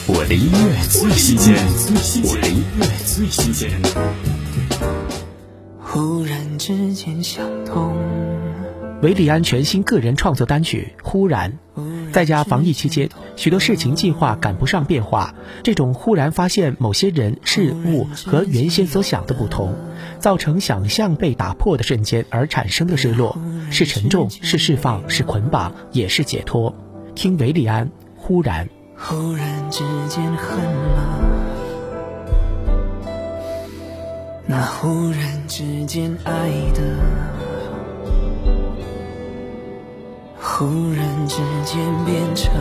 我的音乐最新鲜，我的音乐最新鲜。 忽然之间想通。 韦礼安全新个人创作单曲《忽然》。在家防疫期间，许多事情计划赶不上变化，这种忽然发现某些人事物和原先所想的不同，造成想象被打破的瞬间而产生的失落，是沉重，是释放，是捆绑，也是解脱。听韦礼安《忽然》。 忽然之间恨了，那忽然之间爱的，忽然之间变成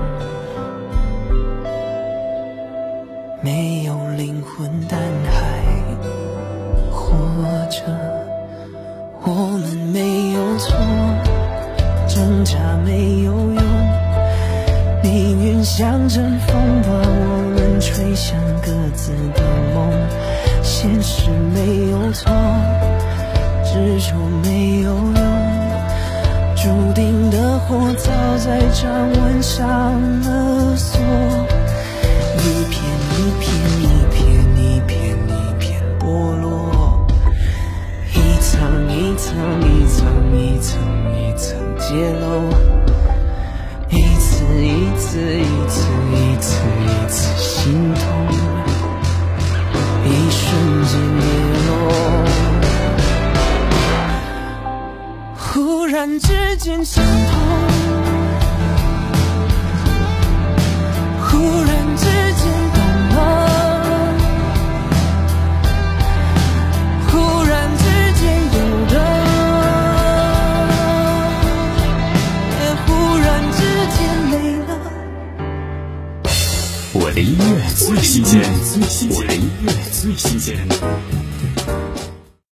没有灵魂但还活着。我们没有错，挣扎没有用，命运像阵风把我们吹向各自的梦。现实没有错，执着没有用，注定的火早在掌纹上了锁。一片一片一片一片一片剥落，一层一层一层一层一层揭露，一次一次一次一次一次心痛，一瞬间跌落。忽然之间想通，忽然之间懂了，忽然之间有的，也忽然之间没了。 我的音乐最新鲜，我的音乐最新鲜。